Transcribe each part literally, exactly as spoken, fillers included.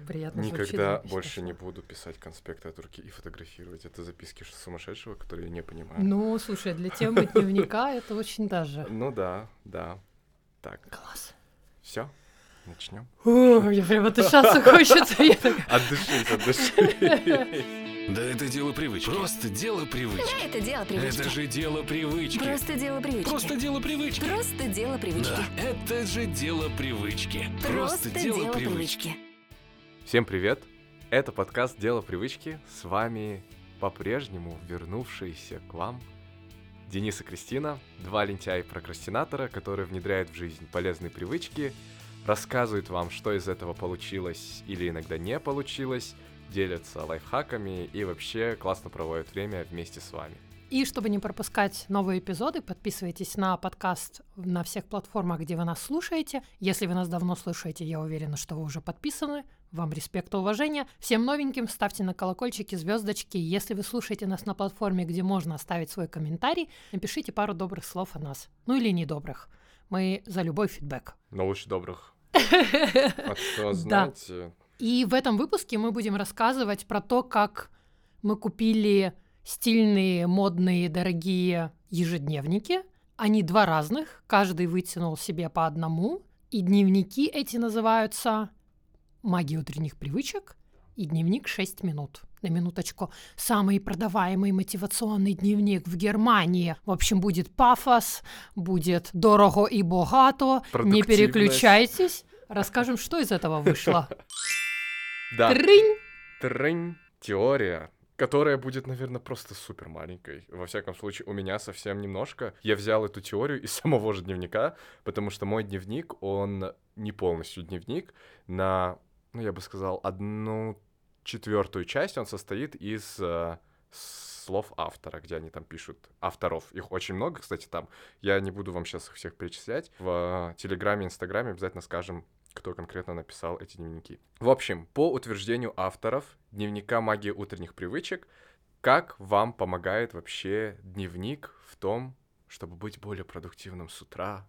Приятно звучит. Никогда запись больше пошла. не буду писать конспекты от руки и фотографировать. Это записки сумасшедшего, которые я не понимаю. Ну, слушай, для темы дневника это очень даже. Ну да, да. Так, Класс. все, начнем. О, я прям отдышаться хочется. Я так- Отдышись, отдышись. Да это дело привычки. Просто дело привычки. Это дело привычки. Это же дело привычки. Просто дело привычки. Просто дело привычки. Просто дело привычки. Да, это же дело привычки. Просто, дело, привычки. Всем привет! Это подкаст «Дело привычки». С вами по-прежнему вернувшиеся к вам Денис и Кристина, два лентяя-прокрастинатора, которые внедряют в жизнь полезные привычки, рассказывают вам, что из этого получилось или иногда не получилось, делятся лайфхаками и вообще классно проводят время вместе с вами. И чтобы не пропускать новые эпизоды, подписывайтесь на подкаст на всех платформах, где вы нас слушаете. Если вы нас давно слушаете, я уверена, что вы уже подписаны. Вам респект и уважение. Всем новеньким ставьте на колокольчики, звездочки. Если вы слушаете нас на платформе, где можно оставить свой комментарий, напишите пару добрых слов о нас. Ну или недобрых. Мы за любой фидбэк. Но лучше добрых. А то, знаете... И в этом выпуске мы будем рассказывать про то, как мы купили стильные, модные, дорогие ежедневники. Они два разных, каждый вытянул себе по одному. И дневники эти называются «Магия утренних привычек» и «Дневник шесть минут». На минуточку. Самый продаваемый мотивационный дневник в Германии. В общем, будет пафос, будет дорого и богато. Не переключайтесь. Расскажем, что из этого вышло. Да. Трынь! Трынь. Теория, которая будет, наверное, просто супер маленькой. Во всяком случае, у меня совсем немножко. Я взял эту теорию из самого же дневника, потому что мой дневник, он не полностью дневник. На, ну, я бы сказал, одну четвертую часть он состоит из э, слов автора, где они там пишут, авторов. Их очень много, кстати, там. Я не буду вам сейчас их всех перечислять. В э, Телеграме, Инстаграме обязательно скажем, кто конкретно написал эти дневники. В общем, по утверждению авторов дневника «Магия утренних привычек», как вам помогает вообще дневник в том, чтобы быть более продуктивным с утра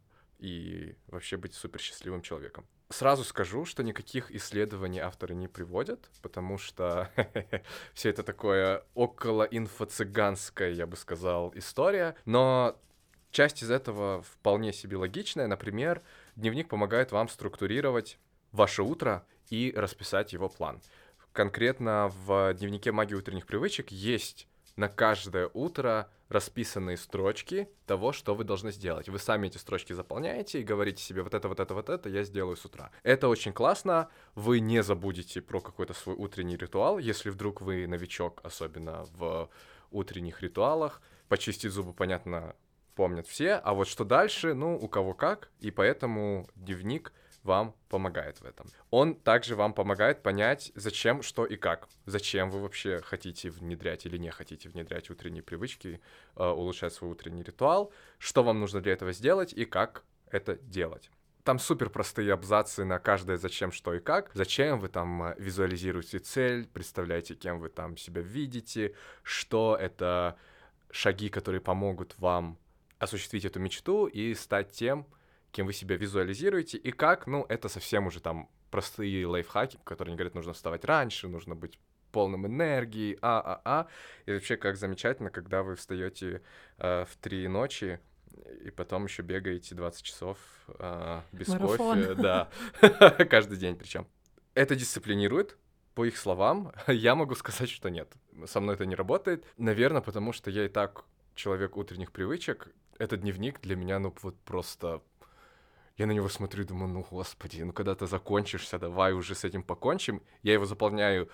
и вообще быть суперсчастливым человеком? Сразу скажу, что никаких исследований авторы не приводят, потому что все это такое около инфо-цыганская, я бы сказал, история, но часть из этого вполне себе логичная. Например, дневник помогает вам структурировать ваше утро и расписать его план. Конкретно в дневнике «Магия утренних привычек» есть на каждое утро расписанные строчки того, что вы должны сделать. Вы сами эти строчки заполняете и говорите себе вот это, вот это, вот это я сделаю с утра. Это очень классно. Вы не забудете про какой-то свой утренний ритуал, если вдруг вы новичок, особенно в утренних ритуалах. Почистить зубы, понятно, помнят все, а вот что дальше, ну, у кого как, и поэтому дневник вам помогает в этом. Он также вам помогает понять, зачем, что и как. Зачем вы вообще хотите внедрять или не хотите внедрять утренние привычки, э, улучшать свой утренний ритуал, что вам нужно для этого сделать и как это делать. Там супер простые абзацы на каждое зачем, что и как. Зачем вы там визуализируете цель, представляете, кем вы там себя видите, что это шаги, которые помогут вам осуществить эту мечту и стать тем, кем вы себя визуализируете, и как, ну, это совсем уже там простые лайфхаки, которые не говорят, нужно вставать раньше, нужно быть полным энергии, а-а-а, и вообще как замечательно, когда вы встаете э, в три ночи, и потом еще бегаете двадцать часов э, без Марафон. кофе, да, каждый день причем. Это дисциплинирует, по их словам, я могу сказать, что нет, со мной это не работает, наверное, потому что я и так человек утренних привычек. Этот дневник для меня, ну, вот просто... Я на него смотрю и думаю, ну, господи, ну, когда ты закончишься, давай уже с этим покончим. Я его заполняю,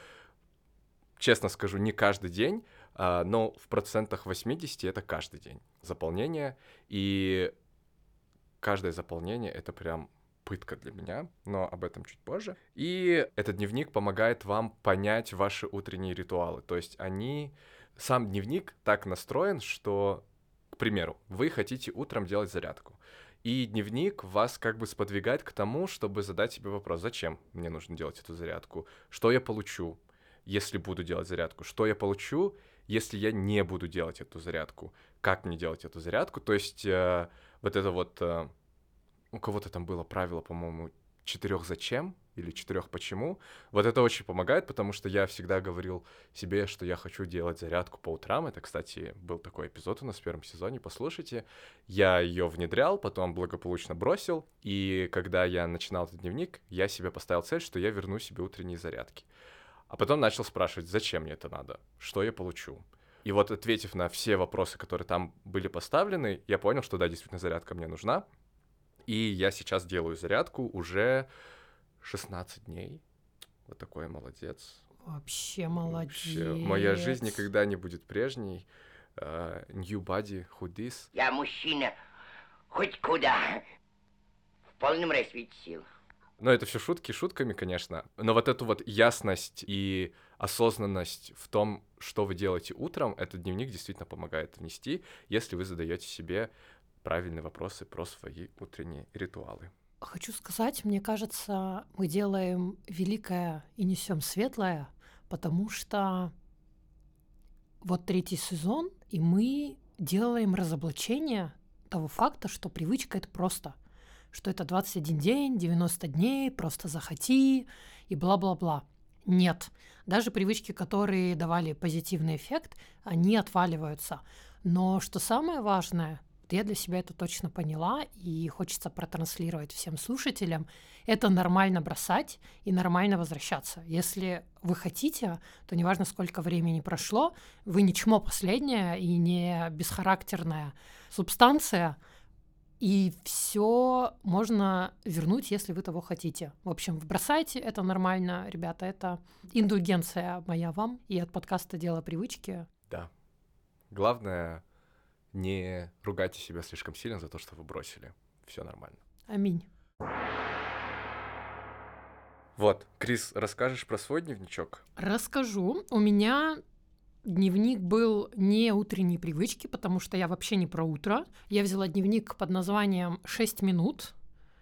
честно скажу, не каждый день, а, но в процентах восемьдесят это каждый день заполнение. И каждое заполнение — это прям пытка для меня, но об этом чуть позже. И этот дневник помогает вам понять ваши утренние ритуалы. То есть они... Сам дневник так настроен, что... К примеру, вы хотите утром делать зарядку, и дневник вас как бы сподвигает к тому, чтобы задать себе вопрос, зачем мне нужно делать эту зарядку, что я получу, если буду делать зарядку, что я получу, если я не буду делать эту зарядку, как мне делать эту зарядку, то есть э, вот это вот, э, у кого-то там было правило, по-моему, четырех зачем или четырех почему. Вот это очень помогает, потому что я всегда говорил себе, что я хочу делать зарядку по утрам. Это, кстати, был такой эпизод у нас в первом сезоне, послушайте. Я ее внедрял, потом благополучно бросил, и когда я начинал этот дневник, я себе поставил цель, что я верну себе утренние зарядки. А потом начал спрашивать, зачем мне это надо, что я получу. И вот, ответив на все вопросы, которые там были поставлены, я понял, что да, действительно, зарядка мне нужна. И я сейчас делаю зарядку уже шестнадцать дней. Вот такой молодец. Вообще молодец. Вообще, моя жизнь никогда не будет прежней. Uh, new body, who this? Я мужчина хоть куда, в полном расцвете сил. Ну, это все шутки шутками, конечно. Но вот эту вот ясность и осознанность в том, что вы делаете утром, этот дневник действительно помогает внести, если вы задаете себе правильные вопросы про свои утренние ритуалы. Хочу сказать, мне кажется, мы делаем великое и несем светлое, потому что вот третий сезон, и мы делаем разоблачение того факта, что привычка — это просто, что это двадцать один день, девяносто дней, просто захоти и бла-бла-бла. Нет. Даже привычки, которые давали позитивный эффект, они отваливаются. Но что самое важное, я для себя это точно поняла, и хочется протранслировать всем слушателям, это нормально бросать и нормально возвращаться. Если вы хотите, то неважно, сколько времени прошло, вы не чмо последнее и не бесхарактерная субстанция, и все можно вернуть, если вы того хотите. В общем, бросайте, это нормально, ребята, это индульгенция моя вам, и от подкаста «Дело привычки». Да. Главное, не ругайте себя слишком сильно за то, что вы бросили. Все нормально. Аминь. Вот, Крис, расскажешь про свой дневничок? Расскажу. У меня дневник был не утренние привычки, потому что я вообще не про утро. Я взяла дневник под названием «шесть минут».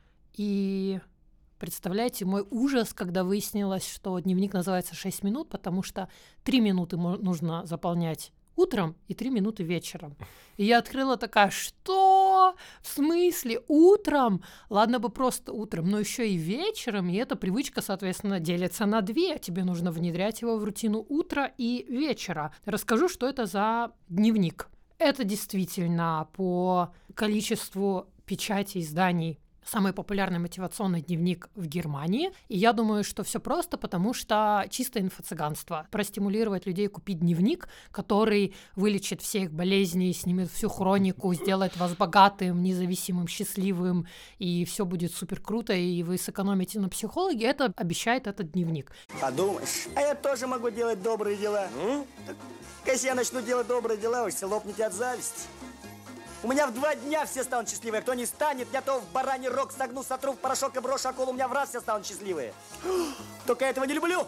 И представляете, мой ужас, когда выяснилось, что дневник называется «шесть минут», потому что три минуты нужно заполнять утром и три минуты вечером. И я открыла такая, что? В смысле? Утром? Ладно бы просто утром, но еще и вечером, и эта привычка, соответственно, делится на две. Тебе нужно внедрять его в рутину утра и вечера. Расскажу, что это за дневник. Это действительно по количеству печати изданий самый популярный мотивационный дневник в Германии. И я думаю, что все просто, потому что чисто инфо-цыганство. Простимулировать людей купить дневник, который вылечит все их болезни, снимет всю хронику, сделает вас богатым, независимым, счастливым, и все будет супер круто, и вы сэкономите на психологе. Это обещает этот дневник. Подумаешь, а я тоже могу делать добрые дела. Ну? Так, если я начну делать добрые дела, вы все лопнете от зависти. У меня в два дня все станут счастливые. Кто не станет, я то в бараний рог согну, сотру в порошок и брошу около. У меня в раз все станут счастливые. Только я этого не люблю.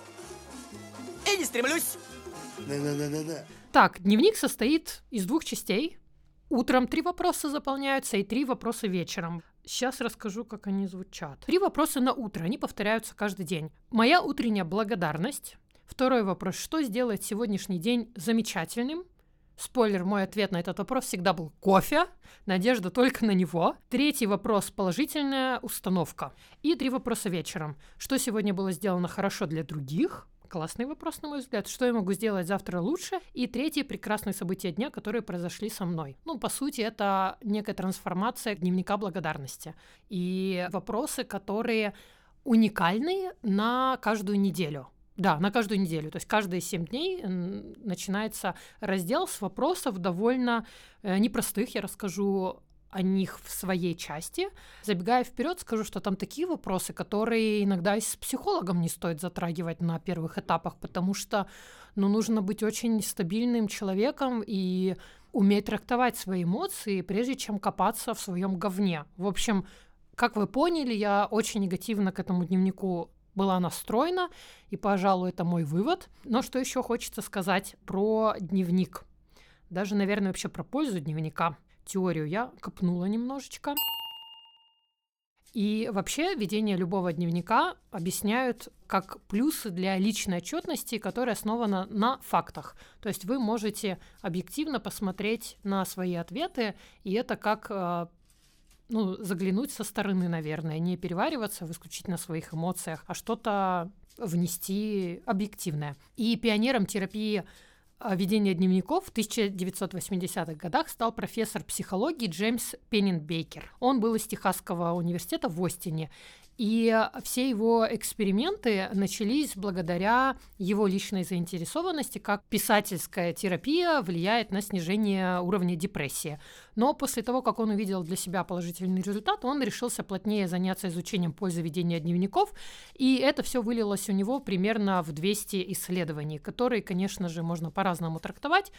И не стремлюсь. Да-да-да-да-да. Так, дневник состоит из двух частей. Утром три вопроса заполняются и три вопроса вечером. Сейчас расскажу, как они звучат. Три вопроса на утро, они повторяются каждый день. Моя утренняя благодарность. Второй вопрос, что сделает сегодняшний день замечательным? Спойлер, мой ответ на этот вопрос всегда был кофе. Надежда только на него. Третий вопрос – положительная установка. И три вопроса вечером. Что сегодня было сделано хорошо для других? Классный вопрос, на мой взгляд. Что я могу сделать завтра лучше? И третье – прекрасные события дня, которые произошли со мной. Ну, по сути, это некая трансформация дневника благодарности. И вопросы, которые уникальны на каждую неделю. Да, на каждую неделю. То есть каждые семь дней начинается раздел с вопросов довольно э, непростых. Я расскажу о них в своей части. Забегая вперед, скажу, что там такие вопросы, которые иногда и с психологом не стоит затрагивать на первых этапах, потому что ну, нужно быть очень стабильным человеком и уметь трактовать свои эмоции, прежде чем копаться в своем говне. В общем, как вы поняли, я очень негативно к этому дневнику была настроена, и, пожалуй, это мой вывод. Но что еще хочется сказать про дневник? Даже, наверное, вообще про пользу дневника. Теорию я копнула немножечко. И вообще ведение любого дневника объясняют как плюсы для личной отчетности, которая основана на фактах. То есть вы можете объективно посмотреть на свои ответы, и это как... ну, заглянуть со стороны, наверное, не перевариваться в исключительно своих эмоциях, а что-то внести объективное. И пионером терапии ведения дневников в тысяча девятьсот восьмидесятых годах стал профессор психологии Джеймс Пеннинбейкер. Он был из Техасского университета в Остине. И все его эксперименты начались благодаря его личной заинтересованности, как писательская терапия влияет на снижение уровня депрессии. Но после того, как он увидел для себя положительный результат, он решился плотнее заняться изучением пользы ведения дневников, и это все вылилось у него примерно в двести исследований, которые, конечно же, можно по-разному трактовать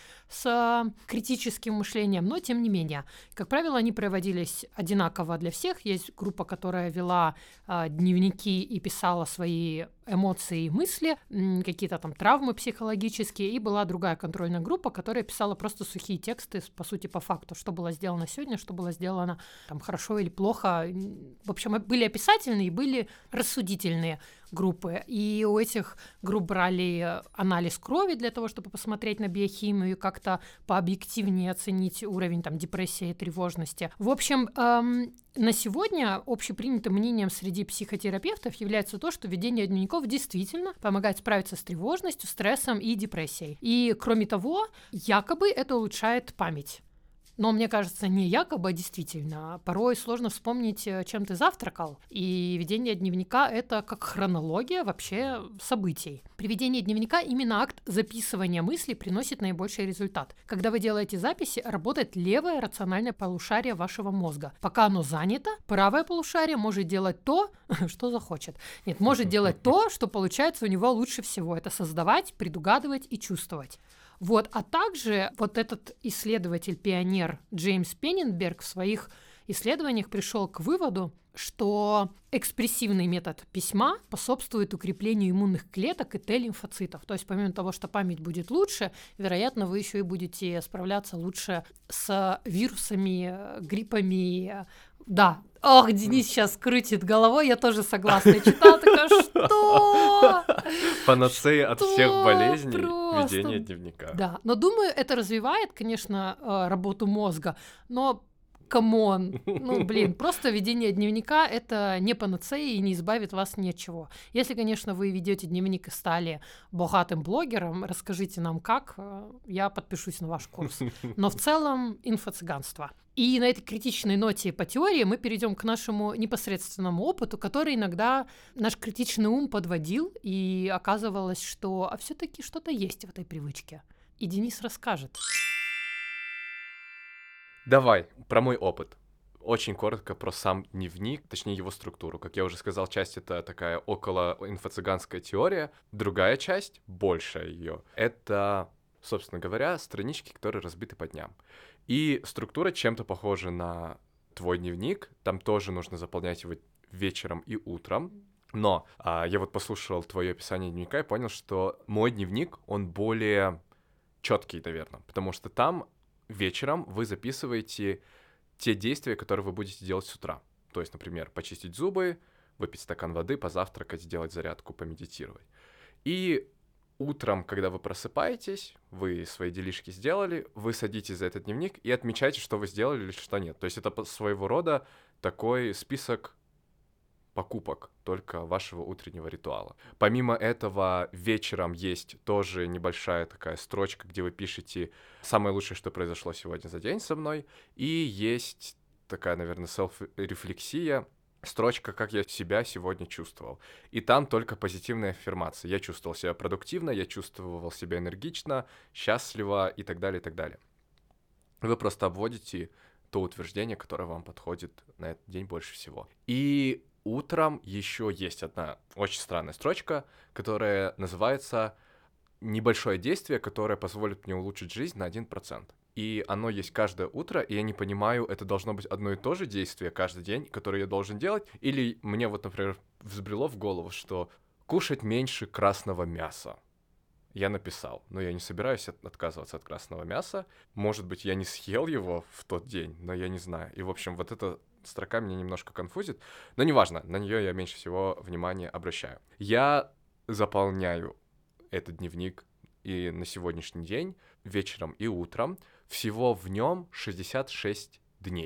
с критическим мышлением, но тем не менее. Как правило, они проводились одинаково для всех. Есть группа, которая вела дневники и писала свои эмоции и мысли, какие-то там травмы психологические, и была другая контрольная группа, которая писала просто сухие тексты, по сути, по факту, что было сделано сегодня, что было сделано там хорошо или плохо. В общем, были описательные и были рассудительные группы. И у этих групп брали анализ крови для того, чтобы посмотреть на биохимию и как-то пообъективнее оценить уровень там депрессии и тревожности. В общем, эм, на сегодня общепринятым мнением среди психотерапевтов является то, что ведение дневников действительно помогает справиться с тревожностью, стрессом и депрессией. И, кроме того, якобы это улучшает память. Но мне кажется, не якобы, а действительно. Порой сложно вспомнить, чем ты завтракал. И ведение дневника — это как хронология вообще событий. При ведении дневника именно акт записывания мыслей приносит наибольший результат. Когда вы делаете записи, работает левое рациональное полушарие вашего мозга. Пока оно занято, правое полушарие может делать то, что захочет. Нет, может делать то, что получается у него лучше всего. Это создавать, предугадывать и чувствовать. Вот, а также вот этот исследователь-пионер Джеймс Пеннинберг в своих исследованиях пришел к выводу, что экспрессивный метод письма способствует укреплению иммунных клеток и Т-лимфоцитов. То есть помимо того, что память будет лучше, вероятно, вы еще и будете справляться лучше с вирусами, гриппами. Да, ох, Денис сейчас крутит головой, я тоже согласна. Читала, такая, что? Панацея от всех болезней Просто... ведения дневника. Да, но думаю, это развивает, конечно, работу мозга, но камон, ну, блин, просто ведение дневника — это не панацея и не избавит вас ни от чего. Если, конечно, вы ведете дневник и стали богатым блогером, расскажите нам, как, я подпишусь на ваш курс. Но в целом инфо-цыганство. И на этой критичной ноте по теории мы перейдем к нашему непосредственному опыту, который иногда наш критичный ум подводил, и оказывалось, что а все-таки что-то есть в этой привычке. И Денис расскажет. Давай, про мой опыт. Очень коротко про сам дневник, точнее его структуру. Как я уже сказал, часть — это такая около инфо-цыганская теория. Другая часть, большая ее, это, собственно говоря, странички, которые разбиты по дням. И структура чем-то похожа на твой дневник. Там тоже нужно заполнять его вечером и утром. Но а, я вот послушал твое описание дневника и понял, что мой дневник, он более четкий, наверное, потому что там вечером вы записываете те действия, которые вы будете делать с утра. То есть, например, почистить зубы, выпить стакан воды, позавтракать, сделать зарядку, помедитировать. И утром, когда вы просыпаетесь, вы свои делишки сделали, вы садитесь за этот дневник и отмечаете, что вы сделали или что нет. То есть это своего рода такой список покупок только вашего утреннего ритуала. Помимо этого, вечером есть тоже небольшая такая строчка, где вы пишете самое лучшее, что произошло сегодня за день со мной, и есть такая, наверное, селф-рефлексия, строчка, как я себя сегодня чувствовал. И там только позитивные аффирмации. Я чувствовал себя продуктивно, я чувствовал себя энергично, счастливо и так далее, и так далее. Вы просто обводите то утверждение, которое вам подходит на этот день больше всего. И утром еще есть одна очень странная строчка, которая называется «Небольшое действие, которое позволит мне улучшить жизнь на один процент». И оно есть каждое утро, и я не понимаю, это должно быть одно и то же действие каждый день, которое я должен делать, или мне вот, например, взбрело в голову, что кушать меньше красного мяса. Я написал, но я не собираюсь от- отказываться от красного мяса. Может быть, я не съел его в тот день, но я не знаю. И, в общем, вот эта строка меня немножко конфузит, но неважно, на нее я меньше всего внимания обращаю. Я заполняю этот дневник и на сегодняшний день вечером и утром. Всего в нем шестьдесят шесть дней.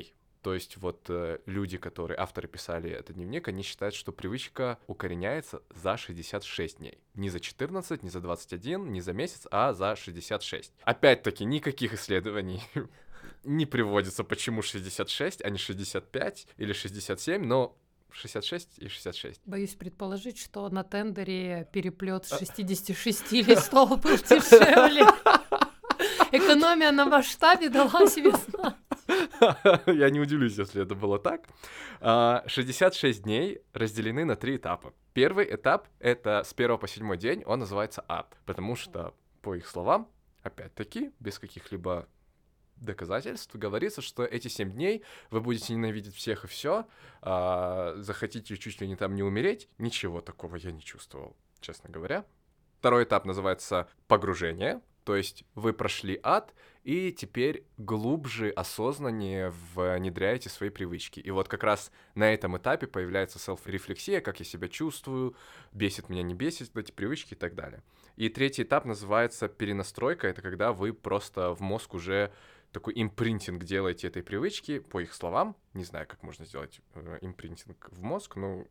То есть вот э, люди, которые, авторы писали этот дневник, они считают, что привычка укореняется за шестьдесят шесть дней. Не за четырнадцать, не за двадцать один, не за месяц, а за шестьдесят шесть. Опять-таки, никаких исследований не приводится, почему шестьдесят шесть, а не шестьдесят пять или шестьдесят семь, но шестьдесят шесть и шестьдесят шесть. Боюсь предположить, что на тендере переплет шестьдесят шесть листов был дешевле. Экономия на масштабе дала себе знать. Я не удивлюсь, если это было так. шестьдесят шесть дней разделены на три этапа. Первый этап — это с первого по седьмой день, он называется ад, потому что, по их словам, опять-таки, без каких-либо доказательств, говорится, что эти семь дней вы будете ненавидеть всех и все, захотите чуть ли не там не умереть. Ничего такого я не чувствовал, честно говоря. Второй этап называется погружение. То есть вы прошли ад, и теперь глубже, осознаннее внедряете свои привычки. И вот как раз на этом этапе появляется селф-рефлексия, как я себя чувствую, бесит меня, не бесит эти привычки и так далее. И третий этап называется перенастройка. Это когда вы просто в мозг уже такой импринтинг делаете этой привычки, по их словам. Не знаю, как можно сделать э, импринтинг в мозг, но...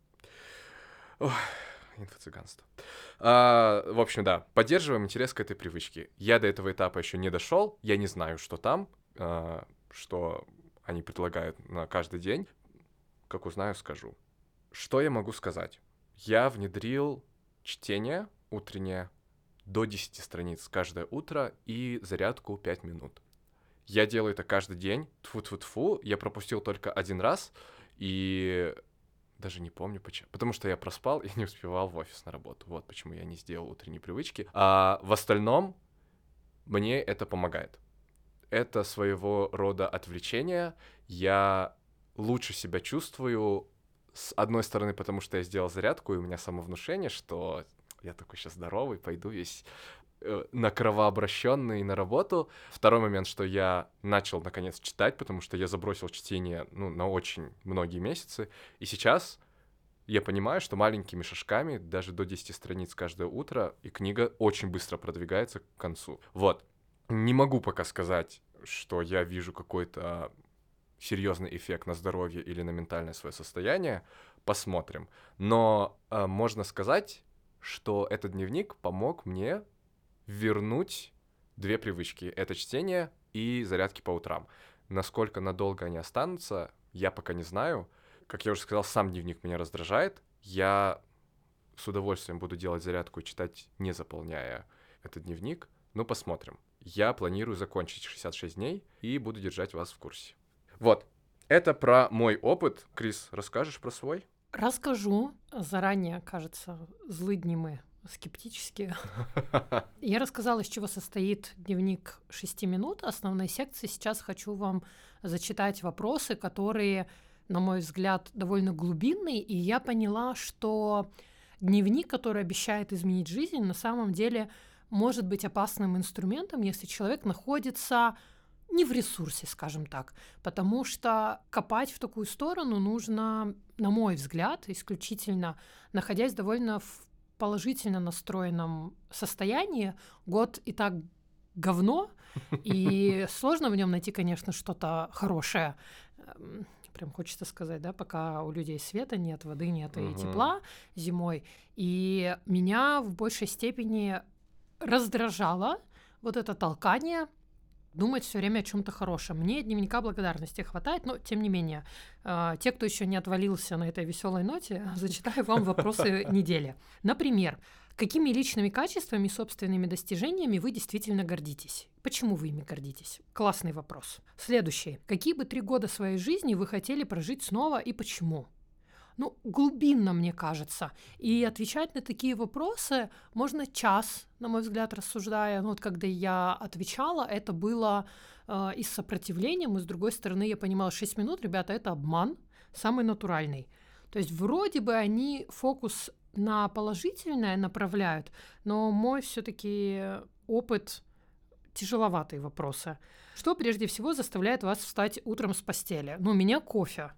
Ох. Инфо-цыганство. А, в общем, да, поддерживаем интерес к этой привычке. Я до этого этапа еще не дошел, я не знаю, что там, а, что они предлагают на каждый день. Как узнаю, скажу. Что я могу сказать? Я внедрил чтение утреннее до десяти страниц каждое утро и зарядку пять минут. Я делаю это каждый день. Тфу-тфу-тфу. Я пропустил только один раз, и... Даже не помню почему. Потому что я проспал и не успевал в офис на работу. Вот почему я не сделал утренние привычки. А в остальном мне это помогает. Это своего рода отвлечение. Я лучше себя чувствую, с одной стороны, потому что я сделал зарядку, и у меня самовнушение, что я такой сейчас здоровый, пойду весь э, на кровообращенный на работу. Второй момент, что я начал наконец читать, потому что я забросил чтение ну, на очень многие месяцы. И сейчас я понимаю, что маленькими шажками, даже до десяти страниц каждое утро, и книга очень быстро продвигается к концу. Вот. Не могу пока сказать, что я вижу какой-то серьезный эффект на здоровье или на ментальное свое состояние. Посмотрим. Но э, можно сказать, что этот дневник помог мне вернуть две привычки. Это чтение и зарядки по утрам. Насколько надолго они останутся, я пока не знаю. Как я уже сказал, сам дневник меня раздражает. Я с удовольствием буду делать зарядку и читать, не заполняя этот дневник. Ну, посмотрим. Я планирую закончить шестьдесят шесть дней и буду держать вас в курсе. Вот. Это про мой опыт. Крис, расскажешь про свой? Расскажу. Заранее, кажется, злыдни мы скептические. Я рассказала, из чего состоит дневник шести минут. Основной секции сейчас хочу вам зачитать вопросы, которые, на мой взгляд, довольно глубинные. И я поняла, что дневник, который обещает изменить жизнь, на самом деле может быть опасным инструментом, если человек находится не в ресурсе, скажем так, потому что копать в такую сторону нужно, на мой взгляд, исключительно находясь довольно в положительно настроенном состоянии. Год и так говно, и сложно в нем найти, конечно, что-то хорошее. Прям хочется сказать, да, пока у людей света нет, воды нет и тепла зимой. И меня в большей степени раздражало вот это толкание думать все время о чем-то хорошем. Мне дневника благодарности хватает, но тем не менее, э, те, кто еще не отвалился на этой веселой ноте, зачитаю вам вопросы недели. Например, какими личными качествами и собственными достижениями вы действительно гордитесь? Почему вы ими гордитесь? Классный вопрос. Следующий. Какие бы три года своей жизни вы хотели прожить снова и почему? Ну, глубинно, мне кажется. И отвечать на такие вопросы можно час, на мой взгляд, рассуждая. Ну, вот когда я отвечала, это было э, и с сопротивлением, и с другой стороны я понимала, шесть минут, ребята, это обман, самый натуральный. То есть вроде бы они фокус на положительное направляют, но мой все-таки опыт тяжеловатые вопросы. Что прежде всего заставляет вас встать утром с постели? Ну, у меня кофе.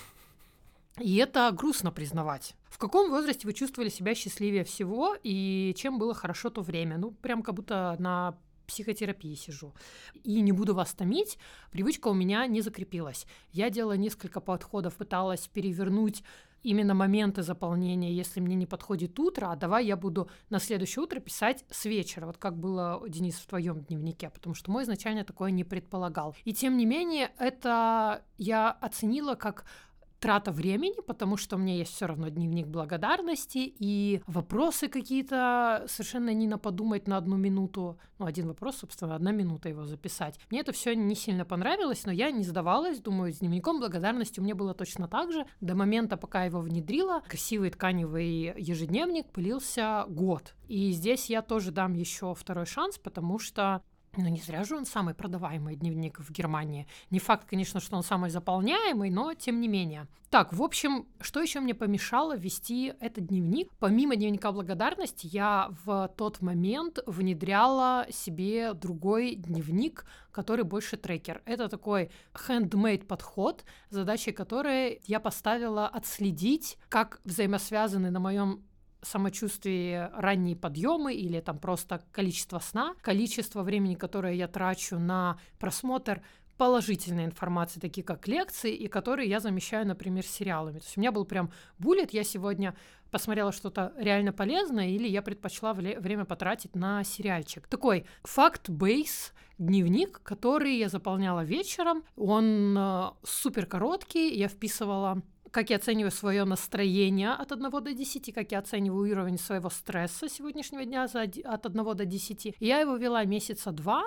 И это грустно признавать. В каком возрасте вы чувствовали себя счастливее всего и чем было хорошо то время? Ну, прям как будто на психотерапии сижу. И не буду вас томить, привычка у меня не закрепилась. Я делала несколько подходов, пыталась перевернуть именно моменты заполнения, если мне не подходит утро, а давай я буду на следующее утро писать с вечера, вот как было, Денис, в твоем дневнике, потому что мой изначально такое не предполагал. И тем не менее, это я оценила как трата времени, потому что у меня есть все равно дневник благодарности, и вопросы какие-то совершенно не на подумать на одну минуту. Ну, один вопрос, собственно, одна минута его записать. Мне это все не сильно понравилось, но я не сдавалась. Думаю, с дневником благодарности у меня было точно так же. До момента, пока я его внедрила, красивый тканевый ежедневник пылился год. И здесь я тоже дам еще второй шанс, потому что ну, не зря же он самый продаваемый дневник в Германии. Не факт, конечно, что он самый заполняемый, но тем не менее. Так, в общем, что еще мне помешало вести этот дневник? Помимо дневника благодарности, я в тот момент внедряла себе другой дневник, который больше трекер. Это такой handmade подход, задачей которой я поставила отследить, как взаимосвязаны на моем самочувствие, ранние подъемы или там просто количество сна, количество времени, которое я трачу на просмотр положительной информации, такие как лекции, и которые я замещаю, например, сериалами. То есть у меня был прям буллет, я сегодня посмотрела что-то реально полезное, или я предпочла время потратить на сериальчик. Такой факт-бейс дневник, который я заполняла вечером. Он э, супер короткий, я вписывала, как я оцениваю свое настроение от одного до десяти, как я оцениваю уровень своего стресса сегодняшнего дня от одного до десяти. Я его вела месяца два,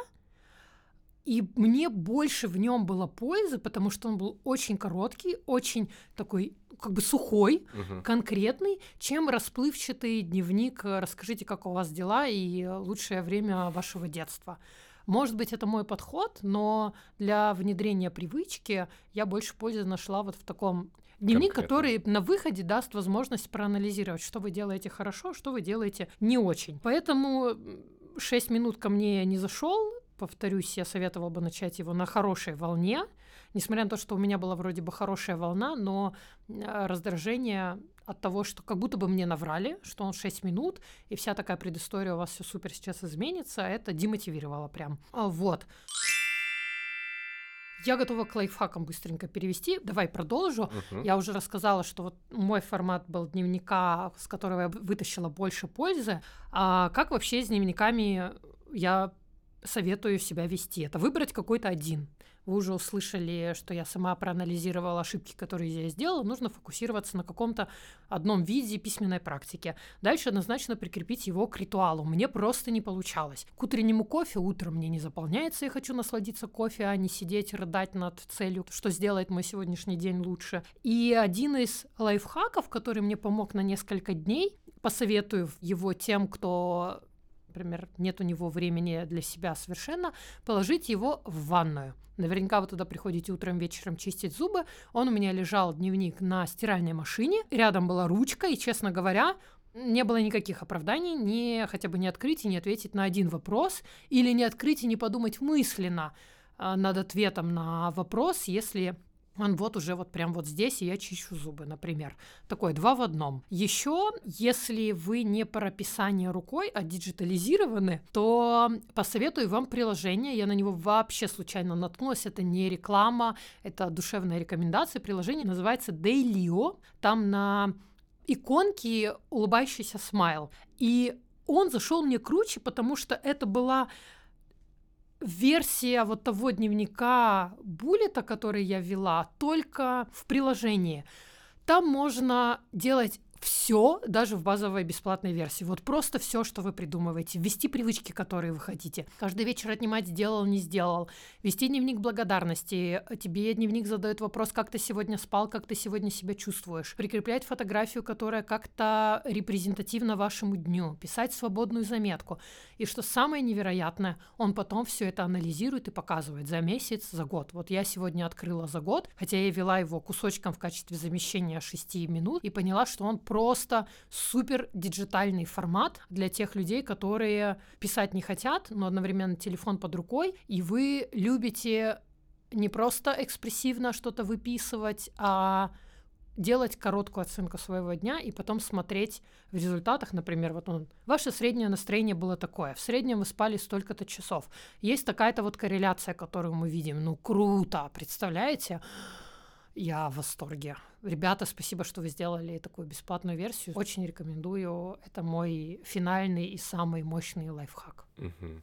и мне больше в нем было пользы, потому что он был очень короткий, очень такой как бы сухой, uh-huh. конкретный, чем расплывчатый дневник «Расскажите, как у вас дела и лучшее время вашего детства». Может быть, это мой подход, но для внедрения привычки я больше пользы нашла вот в таком дневник, конкретно, который на выходе даст возможность проанализировать, что вы делаете хорошо, что вы делаете не очень. Поэтому шесть минут ко мне не зашел. Повторюсь, я советовала бы начать его на хорошей волне. Несмотря на то, что у меня была вроде бы хорошая волна, но раздражение от того, что как будто бы мне наврали, что он шесть минут, и вся такая предыстория у вас все супер сейчас изменится, это демотивировало прям. Вот. Я готова к лайфхакам быстренько перевести. Давай продолжу. Uh-huh. Я уже рассказала, что вот мой формат был дневника, с которого я вытащила больше пользы. А как вообще с дневниками я советую себя вести? Это выбрать какой-то один. Вы уже услышали, что я сама проанализировала ошибки, которые я сделала. Нужно фокусироваться на каком-то одном виде письменной практики. Дальше однозначно прикрепить его к ритуалу. Мне просто не получалось. К утреннему кофе утром мне не заполняется. Я хочу насладиться кофе, а не сидеть, рыдать над целью, что сделает мой сегодняшний день лучше. И один из лайфхаков, который мне помог на несколько дней, посоветую его тем, кто, например, нет у него времени для себя совершенно, положить его в ванную. Наверняка вы туда приходите утром, вечером чистить зубы. Он у меня лежал, дневник, на стиральной машине. Рядом была ручка, и, честно говоря, не было никаких оправданий не хотя бы не открыть и не ответить на один вопрос, или не открыть и не подумать мысленно э, над ответом на вопрос, если он вот уже вот прям вот здесь, и я чищу зубы, например. Такое два в одном. Еще, если вы не прописание рукой, а диджитализированы, то посоветую вам приложение. Я на него вообще случайно наткнулась. Это не реклама, это душевная рекомендация. Приложение называется Dailyo. Там на иконке улыбающийся смайл. И он зашел мне круче, потому что это была версия вот того дневника буллета, который я вела, только в приложении. Там можно делать все, даже в базовой бесплатной версии. Вот просто все, что вы придумываете. Ввести привычки, которые вы хотите. Каждый вечер отнимать «сделал, не сделал». Вести дневник благодарности. Тебе дневник задает вопрос, как ты сегодня спал, как ты сегодня себя чувствуешь. Прикреплять фотографию, которая как-то репрезентативна вашему дню. Писать свободную заметку. И что самое невероятное, он потом все это анализирует и показывает за месяц, за год. Вот я сегодня открыла за год, хотя я вела его кусочком в качестве замещения шести минут и поняла, что он просто супер диджитальный формат для тех людей, которые писать не хотят, но одновременно телефон под рукой, и вы любите не просто экспрессивно что-то выписывать, а делать короткую оценку своего дня и потом смотреть в результатах, например, вот он, ваше среднее настроение было такое, в среднем вы спали столько-то часов. Есть такая-то вот корреляция, которую мы видим. Ну, круто, представляете? Я в восторге. Ребята, спасибо, что вы сделали такую бесплатную версию. Очень рекомендую. Это мой финальный и самый мощный лайфхак. Угу.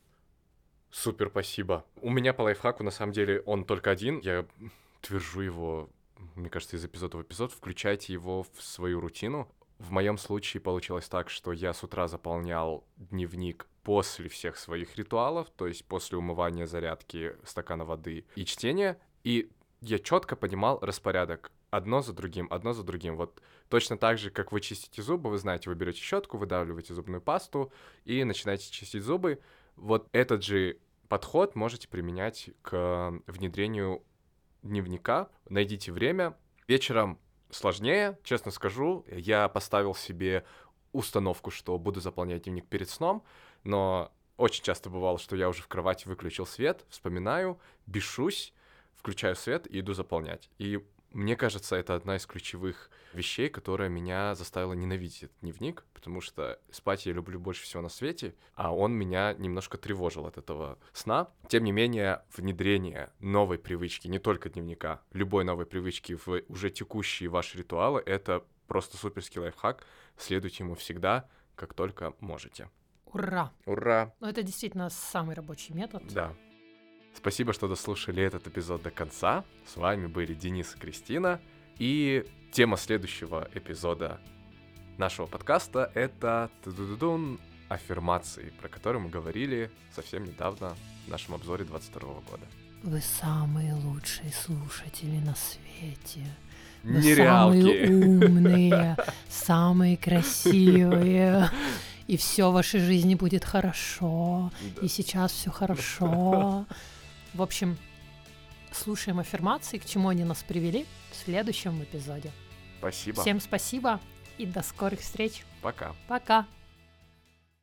Супер, спасибо. У меня по лайфхаку, на самом деле, он только один. Я твержу его, мне кажется, из эпизода в эпизод. Включайте его в свою рутину. В моем случае получилось так, что я с утра заполнял дневник после всех своих ритуалов, то есть после умывания, зарядки, стакана воды и чтения. И я четко понимал распорядок. Одно за другим, одно за другим. Вот точно так же, как вы чистите зубы, вы знаете, вы берете щетку, выдавливаете зубную пасту и начинаете чистить зубы. Вот этот же подход можете применять к внедрению дневника. Найдите время. Вечером сложнее, честно скажу. Я поставил себе установку, что буду заполнять дневник перед сном, но очень часто бывало, что я уже в кровати выключил свет, вспоминаю, бешусь, включаю свет и иду заполнять. И мне кажется, это одна из ключевых вещей, которая меня заставила ненавидеть этот дневник, потому что спать я люблю больше всего на свете, а он меня немножко тревожил от этого сна. Тем не менее, внедрение новой привычки, не только дневника, любой новой привычки в уже текущие ваши ритуалы — это просто суперский лайфхак. Следуйте ему всегда, как только можете. Ура! Ура! Ну, это действительно самый рабочий метод. Да. Спасибо, что дослушали этот эпизод до конца. С вами были Денис и Кристина. И тема следующего эпизода нашего подкаста — это ту-ду-ду-дун, аффирмации, про которые мы говорили совсем недавно в нашем обзоре двадцать второго года. Вы самые лучшие слушатели на свете. Вы Нереалки. самые умные, самые красивые. И все в вашей жизни будет хорошо. Да. И сейчас все хорошо. В общем, слушаем аффирмации, к чему они нас привели в следующем эпизоде. Спасибо. Всем спасибо и до скорых встреч. Пока. Пока.